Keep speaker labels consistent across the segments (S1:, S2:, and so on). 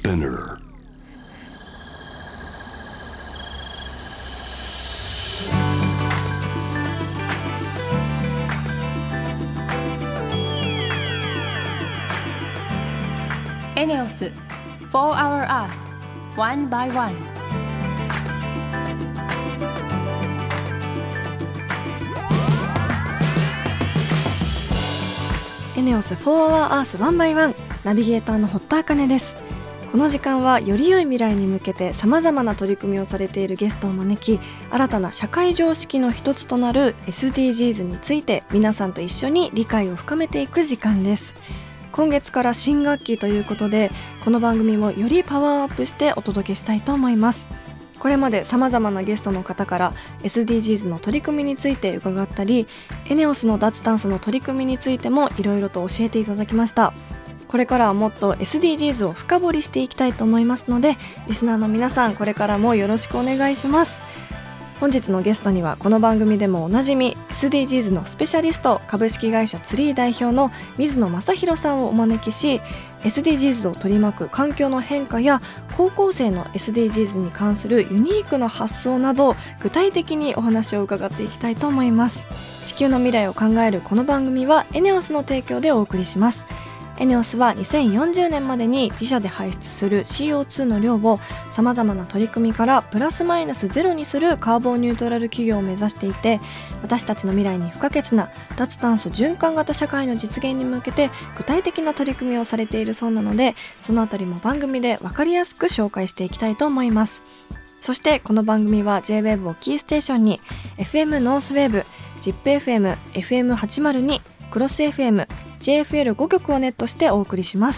S1: Spinner.
S2: ENEOS 4-Hour Earth One by One。
S3: ENEOS 4-Hour Earth One by One、ナビゲーターの堀田茜です。この時間はより良い未来に向けて様々な取り組みをされているゲストを招き、新たな社会常識の一つとなる SDGs について皆さんと一緒に理解を深めていく時間です。今月から新学期ということで、この番組もよりパワーアップしてお届けしたいと思います。これまで様々なゲストの方から SDGs の取り組みについて伺ったり、ENEOS の脱炭素の取り組みについてもいろいろと教えていただきました。これからはもっと SDGs を深掘りしていきたいと思いますので、リスナーの皆さんこれからもよろしくお願いします。本日のゲストにはこの番組でもおなじみ SDGs のスペシャリスト、株式会社ツリー代表の水野正弘さんをお招きし、 SDGs を取り巻く環境の変化や高校生の SDGs に関するユニークな発想など、具体的にお話を伺っていきたいと思います。地球の未来を考えるこの番組は ENEOS の提供でお送りします。ENEOS は2040年までに自社で排出する CO2 の量をさまざまな取り組みからプラスマイナスゼロにするカーボンニュートラル企業を目指していて、私たちの未来に不可欠な脱炭素循環型社会の実現に向けて具体的な取り組みをされているそうなので、そのあたりも番組で分かりやすく紹介していきたいと思います。そしてこの番組は J-WAVE をキーステーションに FM ノースウェーブ、ZIPFM、FM802、クロス FM、JFL5 曲をネットしてお送りします。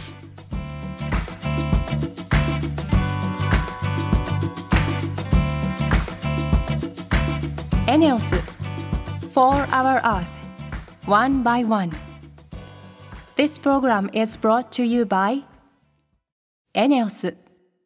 S2: ENEOS 4-Hour Earth One by One。 This program is brought to you by ENEOS。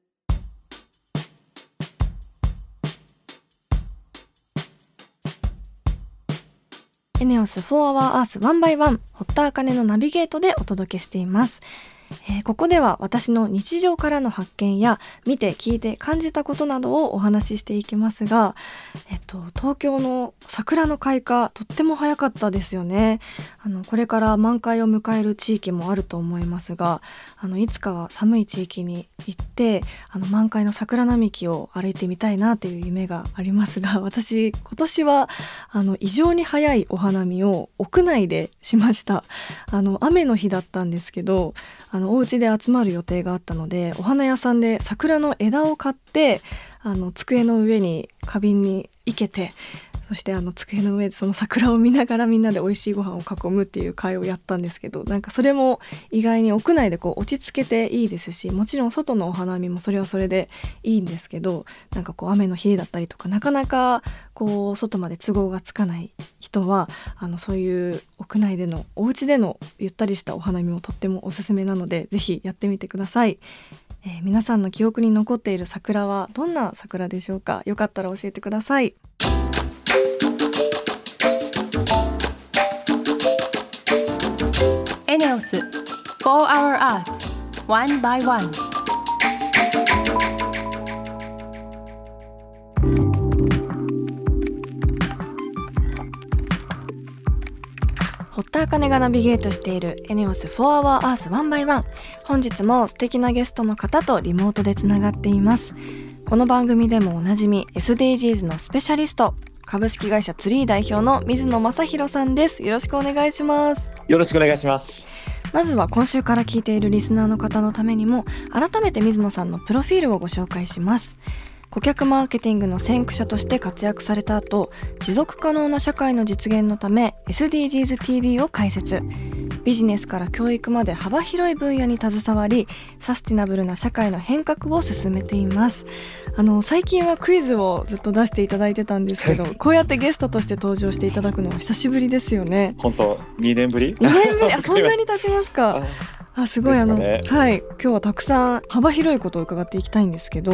S3: ENEOS 4-Hour Earth One by One、 堀田茜のナビゲートでお届けしています。ここでは私の日常からの発見や見て聞いて感じたことなどをお話ししていきますが、東京の桜の開花とっても早かったですよね。これから満開を迎える地域もあると思いますが、いつかは寒い地域に行って満開の桜並木を歩いてみたいなという夢がありますが、私今年は異常に早いお花見を屋内でしました。雨の日だったんですけど、お家で集まる予定があったので、お花屋さんで桜の枝を買って机の上に花瓶に生けて、そして机の上でその桜を見ながらみんなで美味しいご飯を囲むっていう会をやったんですけど、なんかそれも意外に屋内で落ち着けていいですし、もちろん外のお花見もそれはそれでいいんですけど、なんか雨の日だったりとかなかなか外まで都合がつかない人はそういう屋内でのお家でのゆったりしたお花見もとってもおすすめなので、ぜひやってみてください。皆さんの記憶に残っている桜はどんな桜でしょうか。よかったら教えてください。
S2: ENEOS 4-Hour Earth One by One。
S3: 堀田茜がナビゲートしている ENEOS 4-Hour Earth One by One。 本日も素敵なゲストの方とリモートでつながっています。この番組でもおなじみ SDGs のスペシャリスト、株式会社ツリー代表の水野正弘さんです。よろしくお願いします。
S4: よろしくお願いします。
S3: まずは今週から聞いているリスナーの方のためにも改めて水野さんのプロフィールをご紹介します。顧客マーケティングの先駆者として活躍された後、持続可能な社会の実現のため SDGs TV を開設。ビジネスから教育まで幅広い分野に携わり、サスティナブルな社会の変革を進めています。最近はクイズをずっと出していただいてたんですけどこうやってゲストとして登場していただくのは久しぶりですよね。
S4: 本当2年ぶり
S3: 2年ぶりそんなに経ちますか。すごいはい、今日はたくさん幅広いことを伺っていきたいんですけど、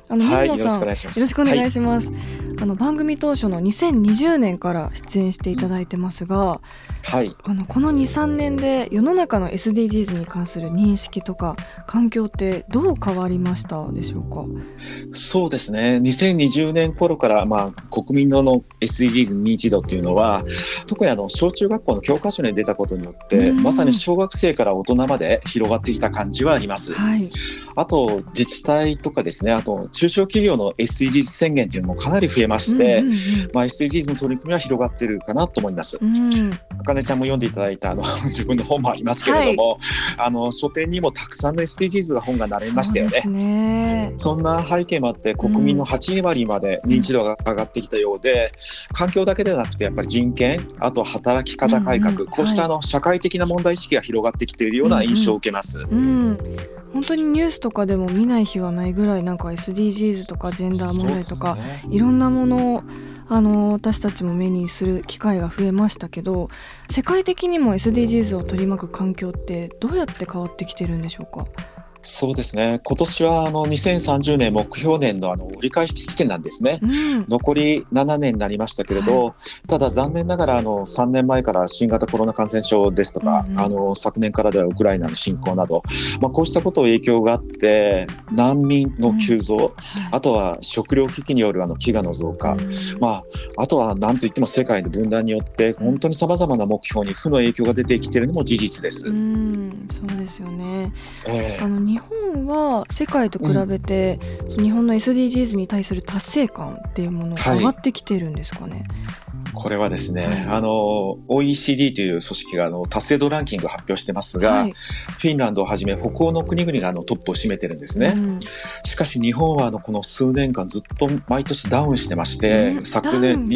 S3: 水野さん、
S4: よろしくお願いします。
S3: よろしくお願いします。番組当初の2020年から出演していただいてますが、
S4: はい、
S3: この 2,3 年で世の中の SDGs に関する認識とか環境ってどう変わりましたでしょうか？
S4: そうですね、2020年頃から、国民の SDGs 認知度っていうのは特に小中学校の教科書に出たことによってまさに小学生から大人まで広がってきた感じはあります。
S3: はい、
S4: あと自治体とかですね、あと中小企業の SDGs 宣言っていうのもかなり増えまして、SDGs の取り組みは広がっているかなと思います。あかねちゃんも読んでいただいた自分の本もありますけれども、書店にもたくさんの SDGs が本が並びましたよね。
S3: そうですね。
S4: そんな背景もあって国民の8割まで認知度が上がってきたようで、環境だけではなくてやっぱり人権、あと働き方改革、こうした社会的な問題意識が広がってきているような印象を受けます。
S3: 本当にニュースとかでも見ない日はないぐらいなんか SDGs とかジェンダー問題とか、いろんなものを私たちも目にする機会が増えましたけど、世界的にも SDGs を取り巻く環境ってどうやって変わってきてるんでしょうか？
S4: そうですね、今年は2030年目標年の折り返し地点なんですね。残り7年になりましたけれど、ただ残念ながら3年前から新型コロナ感染症ですとか、昨年からではウクライナの侵攻など、こうしたこと影響があって難民の急増、あとは食糧危機による飢餓の増加、あとは何といっても世界の分断によって本当にさまざまな目標に負の影響が出てきているのも事実です。
S3: そうですよね。日本は世界と比べて、日本の SDGs に対する達成感っていうものが上がってきてるんですかね？
S4: これはですね、OECD という組織が達成度ランキングを発表してますが、フィンランドをはじめ北欧の国々がトップを占めてるんですね。しかし日本はこの数年間ずっと毎年ダウンしてまして、昨年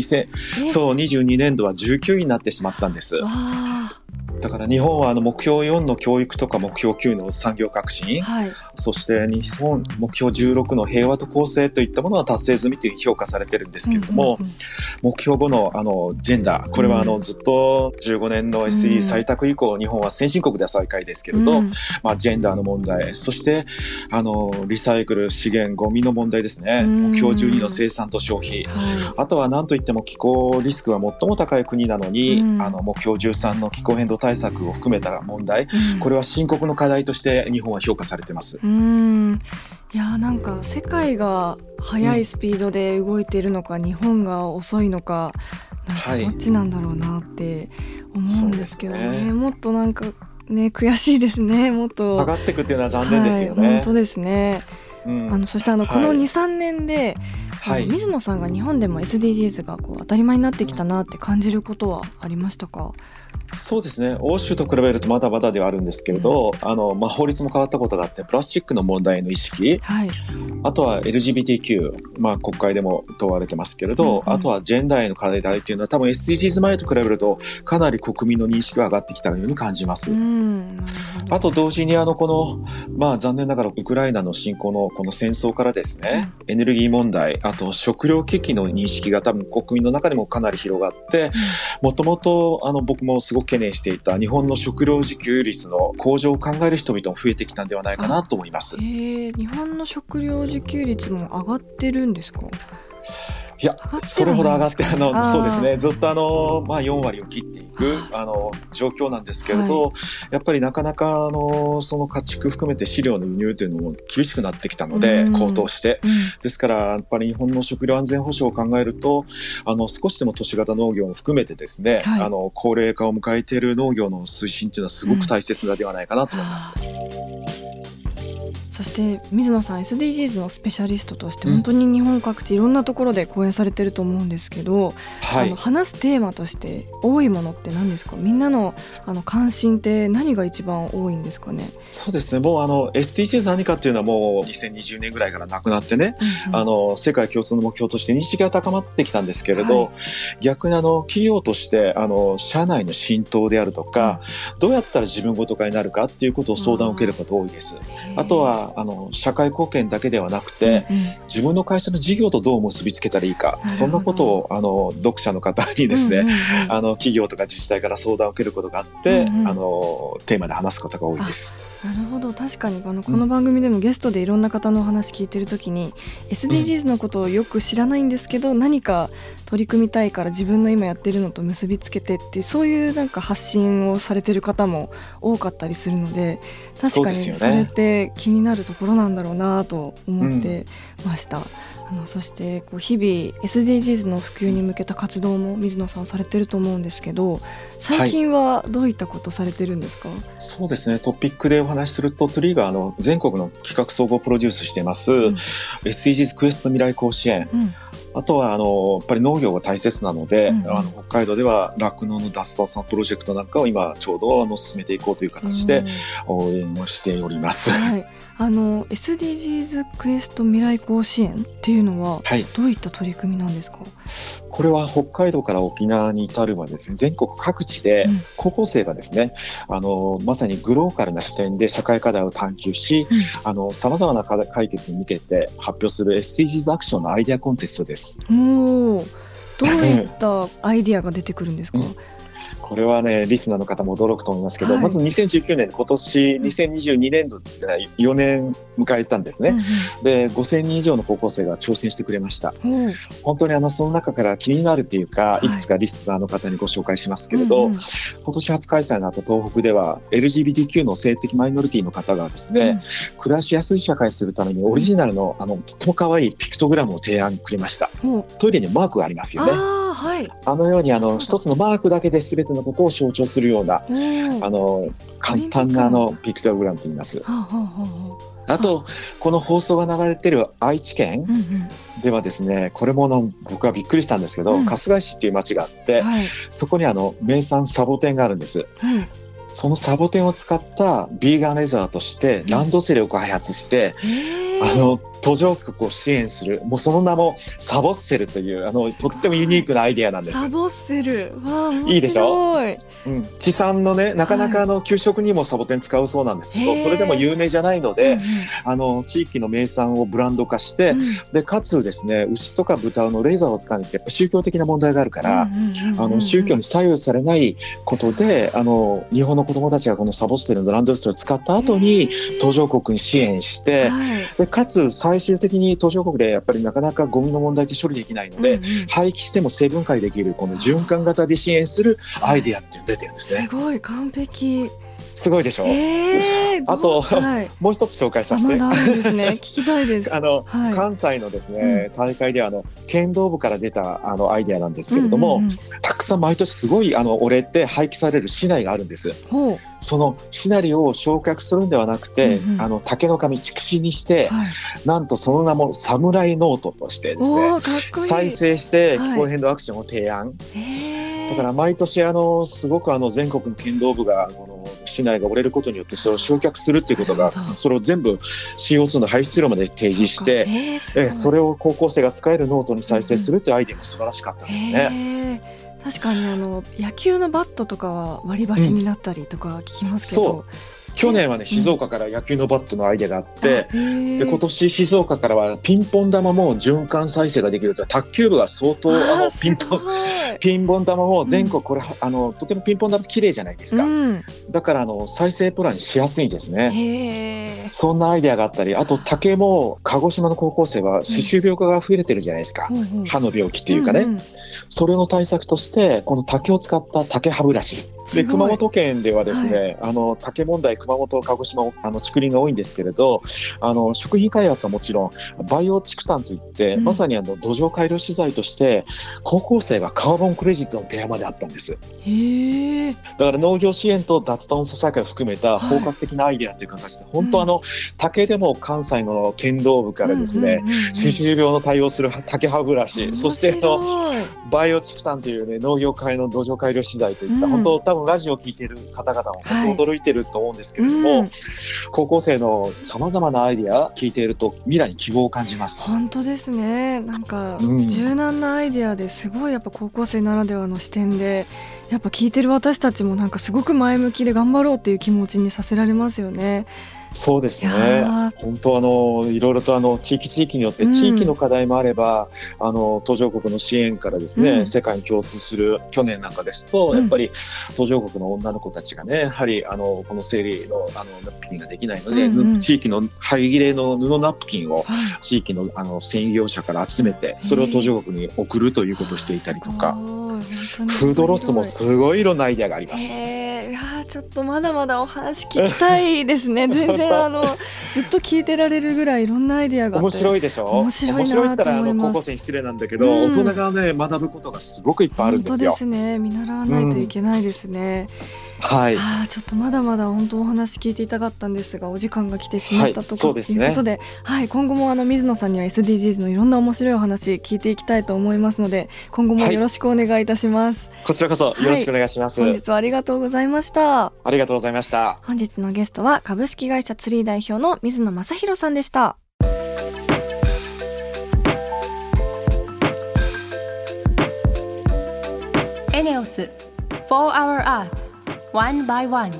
S4: 2022年度は19位になってしまったんです。だから日本は目標4の教育とか目標9の産業革新、そして日本目標16の平和と公正といったものは達成済みという評価されてるんですけれども、目標5のジェンダー、これはずっと15年の SDGs 採択以降、日本は先進国では最下位ですけれど、ジェンダーの問題、そしてリサイクル資源ゴミの問題ですね、目標12の生産と消費、あとは何といっても気候リスクが最も高い国なのに、目標13の気候変動対策を含めた問題、これは深刻の課題として日本は評価されています。
S3: いやなんか世界が速いスピードで動いているのか、日本が遅いのか、どっちなんだろうなって思うんですけどね。もっと悔しいですね。もっと
S4: 上がっていくっていうのは残念ですよね。
S3: 本当ですね。そしてこの 2,3 年で水野さんが日本でも SDGs が当たり前になってきたなって感じることはありましたか？
S4: そうですね、欧州と比べるとまだまだではあるんですけれど、法律も変わったことがあってプラスチックの問題の意識、あとは LGBTQ、国会でも問われてますけれど、あとはジェンダーへの課題というのは多分 SDGs 前と比べるとかなり国民の認識が上がってきたように感じます。あと同時にこの、残念ながらウクライナの侵攻のこの戦争からですね、エネルギー問題、あと食糧危機の認識が多分国民の中でもかなり広がって、もともと僕もすごく懸念していた日本の食料自給率の向上を考える人々も増えてきたんではないかなと思います。
S3: 日本の食料自給率も上がってるんですか？
S4: いや、それほど上がってそうですね、ずっと4割を切っていく状況なんですけれど、やっぱりなかなかその家畜含めて飼料の輸入というのも厳しくなってきたので、高騰して、ですからやっぱり日本の食料安全保障を考えると少しでも都市型農業も含めてですね、高齢化を迎えている農業の推進というのはすごく大切なではないかなと思います。
S3: そして水野さん SDGs のスペシャリストとして本当に日本各地いろんなところで講演されてると思うんですけど、話すテーマとして多いものって何ですか？みんなの関心って何が一番多いんですかね？
S4: そうですね、もうSDGs 何かっていうのはもう2020年ぐらいからなくなってね、世界共通の目標として認識が高まってきたんですけれど、逆に企業として社内の浸透であるとか、どうやったら自分ごと化になるかっていうことを相談を受けることが多いです。あとはは社会貢献だけではなくて、自分の会社の事業とどう結びつけたらいいか、そんなことを読者の方にですね、企業とか自治体から相談を受けることがあって、テーマで話すことが多いです。
S3: なるほど。確かにこの番組でもゲストでいろんな方のお話聞いてるときに、SDGs のことをよく知らないんですけど、何か取り組みたいから自分の今やってるのと結びつけてっていう、そういうなんか発信をされてる方も多かったりするので、確かにそれって気になるところなんだろうなと思ってました。そして日々 SDGs の普及に向けた活動も水野さんされてると思うんですけど、最近はどういったことされてるんですか？
S4: そうですね、トピックでお話しすると、トリガー全国の企画総合プロデュースしています、SDGs クエスト未来甲子園、あとはやっぱり農業が大切なので、北海道では酪農の脱炭素プロジェクトなんかを今ちょうど進めていこうという形で応援をしております。
S3: SDGs クエスト未来甲子園っていうのはどういった取り組みなんですか？
S4: これは北海道から沖縄に至るまでですね、全国各地で高校生がですね、まさにグローカルな視点で社会課題を探求し、さまざまな解決に向けて発表する SDGs アクションのアイデアコンテストです。
S3: どういったアイデアが出てくるんですか？
S4: これはね、リスナーの方も驚くと思いますけど、まず2019年、今年2022年度で4年迎えたんですね。で、5000人以上の高校生が挑戦してくれました。本当にその中から気になるっていうか、いくつかリスナーの方にご紹介しますけれど、今年初開催になった東北では LGBTQ の性的マイノリティの方がですね、暮らしやすい社会にするためにオリジナルのとても可愛いピクトグラムを提案くれました。トイレにマークがありますよね。あのように一つのマークだけで全てのことを象徴するような簡単なピクトグラムと言います。あとこの放送が流れている愛知県ではですね、これも僕はびっくりしたんですけど、春日井市っていう町があって、そこに名産サボテンがあるんです。そのサボテンを使ったビーガンレザーとしてランドセルを開発して、途上国を支援する、もうその名もサボッセルというとってもユニークなアイデアなんです。
S3: サボッセル、わあ、面白い。
S4: いいでしょ？地産のね、なかなか給食にもサボテン使うそうなんですけど、それでも有名じゃないので、地域の名産をブランド化して、でかつですね、牛とか豚のレーザーを使うのってやっぱ宗教的な問題があるから、宗教に左右されないことで日本の子どもたちがこのサボッセルのランドセルを使った後に途上国に支援して、でかつ最終的に途上国でやっぱりなかなかゴミの問題って処理できないので、廃棄しても生分解できるこの循環型で支援するアイデアっていうのが出てるんですね。
S3: すごい完璧。
S4: すごいでしょ。あと、もう一つ紹介させて。
S3: まだあるんですね。聞きたいです。
S4: 関西のですね、大会では剣道部から出たアイデアなんですけれども、たくさん毎年すごい折れて廃棄される市内があるんです。そのシナリオを焼却するんではなくて、竹の紙筑紫にして、なんとその名もサムライノートとしてですね、再生して気候変動アクションを提案。だから毎年すごく全国の剣道部が市内が折れることによってそれを焼却するっていうことが、それを全部 CO2 の排出量まで提示して、それを高校生が使えるノートに再生するっていうアイデアも素晴らしかったですね。
S3: 確かに野球のバットとかは割り箸になったりとか聞きますけど、
S4: 去年はね、静岡から野球のバットのアイデアがあって、で今年静岡からはピンポン玉も循環再生ができると。卓球部が相当ピンポン玉も全国これとてもピンポン玉綺麗じゃないですか。だから再生プランにしやすいんですね。そんなアイデアがあったり、あと竹も鹿児島の高校生は歯周病が増えてるじゃないですか。歯の病気っていうかね、それの対策としてこの竹を使った竹歯ブラシで、熊本県ではですね、竹問題、熊本、鹿児島竹林が多いんですけれど、食品開発はもちろんバイオ竹炭といって、まさに土壌改良資材として高校生がカーボンクレジットの提案まであったんです。だから農業支援と脱炭素社会を含めた包括的なアイデアという形で、本当竹でも関西の剣道部からですね、歯周病の対応する竹歯ブラシ、そしてバイオ竹炭というね、農業界の土壌改良資材といった、本当多分ラジオを聞いている方々も本当驚いてると思うんですけれども、高校生のさまざまなアイデア聞いていると未来に希望を感じます。
S3: 本当ですね。なんか柔軟なアイデアですごいやっぱ高校生ならではの視点でやっぱ聞いてる私たちもなんかすごく前向きで頑張ろうっていう気持ちにさせられますよね。
S4: そうですね。本当いろいろと地域によって地域の課題もあれば、途上国の支援からですね、世界に共通する去年なんかですと、やっぱり途上国の女の子たちがね、やはりこの生理のナプキンができないので、地域の廃切れの布ナプキンを地域の繊維業者から集めて、それを途上国に送るということをしていたりとか、フードロスもすごいいろんなアイデアがあります。
S3: いやちょっとまだまだお話聞きたいですね。全然ずっと聞いてられるぐらいいろんなアイデアがあって
S4: 面白いでしょ。面白いったら高校生に失礼なんだけど、大人がね学ぶことがすごくいっぱいあるんですよ。
S3: 本当ですね。見習わないといけないですね。
S4: はい。
S3: ちょっとまだまだ本当お話聞いていたかったんですが、お時間が来てしまったということで、今後も水野さんには SDGs のいろんな面白いお話聞いていきたいと思いますので、今後もよろしくお願いいたします。
S4: こちらこそよろしくお願いします。
S3: 本日はありがとうございました。
S4: ありがとうございました。
S3: 本日のゲストは株式会社ツリー代表の水野正弘さんでした。
S2: エネオス For Our Earth One by One。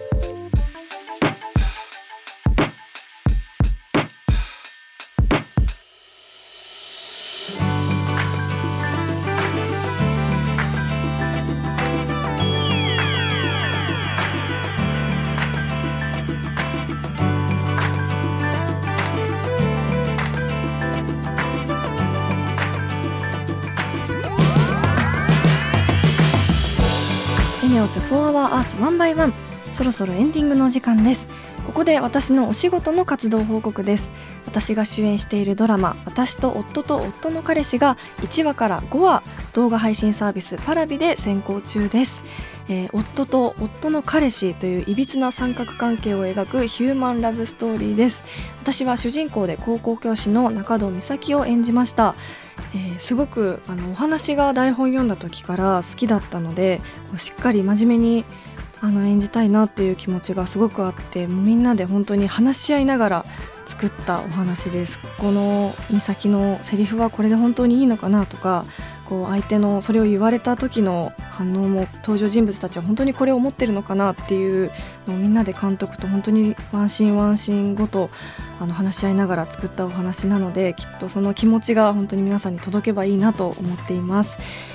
S3: エネオス4 Hour Earth One by One、そろそろエンディングのお時間です。ここで私のお仕事の活動報告です。私が主演しているドラマ私と夫と夫の彼氏が1話から5話動画配信サービスパラビで先行中です。夫と夫の彼氏といういびつな三角関係を描くヒューマンラブストーリーです。私は主人公で高校教師の中戸美咲を演じました。すごくお話が台本読んだ時から好きだったので、しっかり真面目に演じたいなっていう気持ちがすごくあって、もうみんなで本当に話し合いながら作ったお話です。この美咲のセリフはこれで本当にいいのかなとか、相手のそれを言われた時の反応も登場人物たちは本当にこれを思ってるのかなっていうのをみんなで監督と本当にワンシーンワンシーンごと話し合いながら作ったお話なので、きっとその気持ちが本当に皆さんに届けばいいなと思っています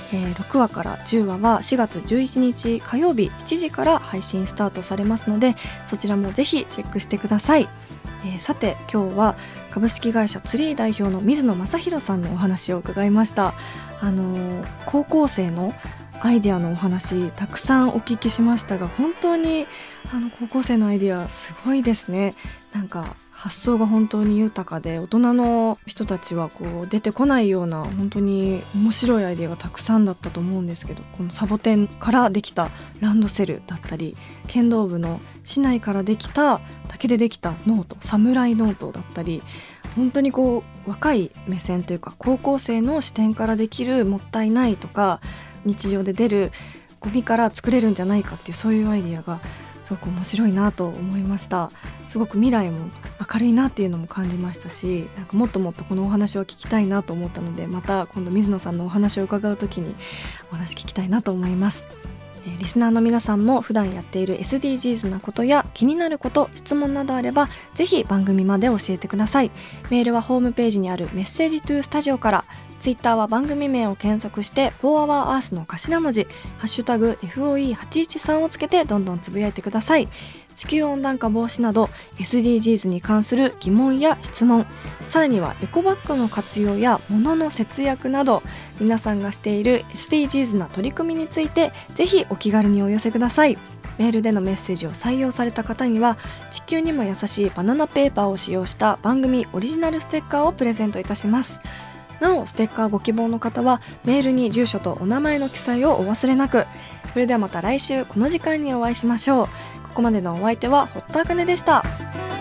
S3: 。6話から10話は4月11日火曜日7時から配信スタートされますので、そちらもぜひチェックしてください。さて今日は株式会社ツリー代表の水野正弘さんのお話を伺いました。高校生のアイデアのお話たくさんお聞きしましたが、本当に高校生のアイデアすごいですね。なんか発想が本当に豊かで、大人の人たちは出てこないような本当に面白いアイデアがたくさんだったと思うんですけど、このサボテンからできたランドセルだったり、剣道部の市内からできた竹でできたノート、サムライノートだったり、本当に若い目線というか高校生の視点からできるもったいないとか、日常で出るゴミから作れるんじゃないかっていう、そういうアイデアがすごく面白いなと思いました。すごく未来も明るいなっていうのも感じましたし、なんかもっともっとこのお話を聞きたいなと思ったので、また今度水野さんのお話を伺うときにお話聞きたいなと思います。リスナーの皆さんも普段やっている SDGs なことや気になること、質問などあればぜひ番組まで教えてください。メールはホームページにあるメッセージトゥースタジオから、ツイッターは番組名を検索して4 Hour Earthの頭文字ハッシュタグ FOE813 をつけてどんどんつぶやいてください。地球温暖化防止など SDGs に関する疑問や質問、さらにはエコバッグの活用や物の節約など、皆さんがしている SDGs な取り組みについてぜひお気軽にお寄せください。メールでのメッセージを採用された方には地球にも優しいバナナペーパーを使用した番組オリジナルステッカーをプレゼントいたします。なおステッカーご希望の方はメールに住所とお名前の記載をお忘れなく。それではまた来週この時間にお会いしましょう。ここまでのお相手は堀田茜でした。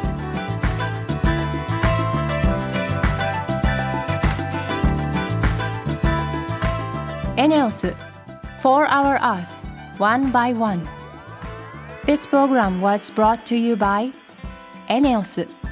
S2: エネオス For Our Earth One by One。 This program was brought to you by エネオス。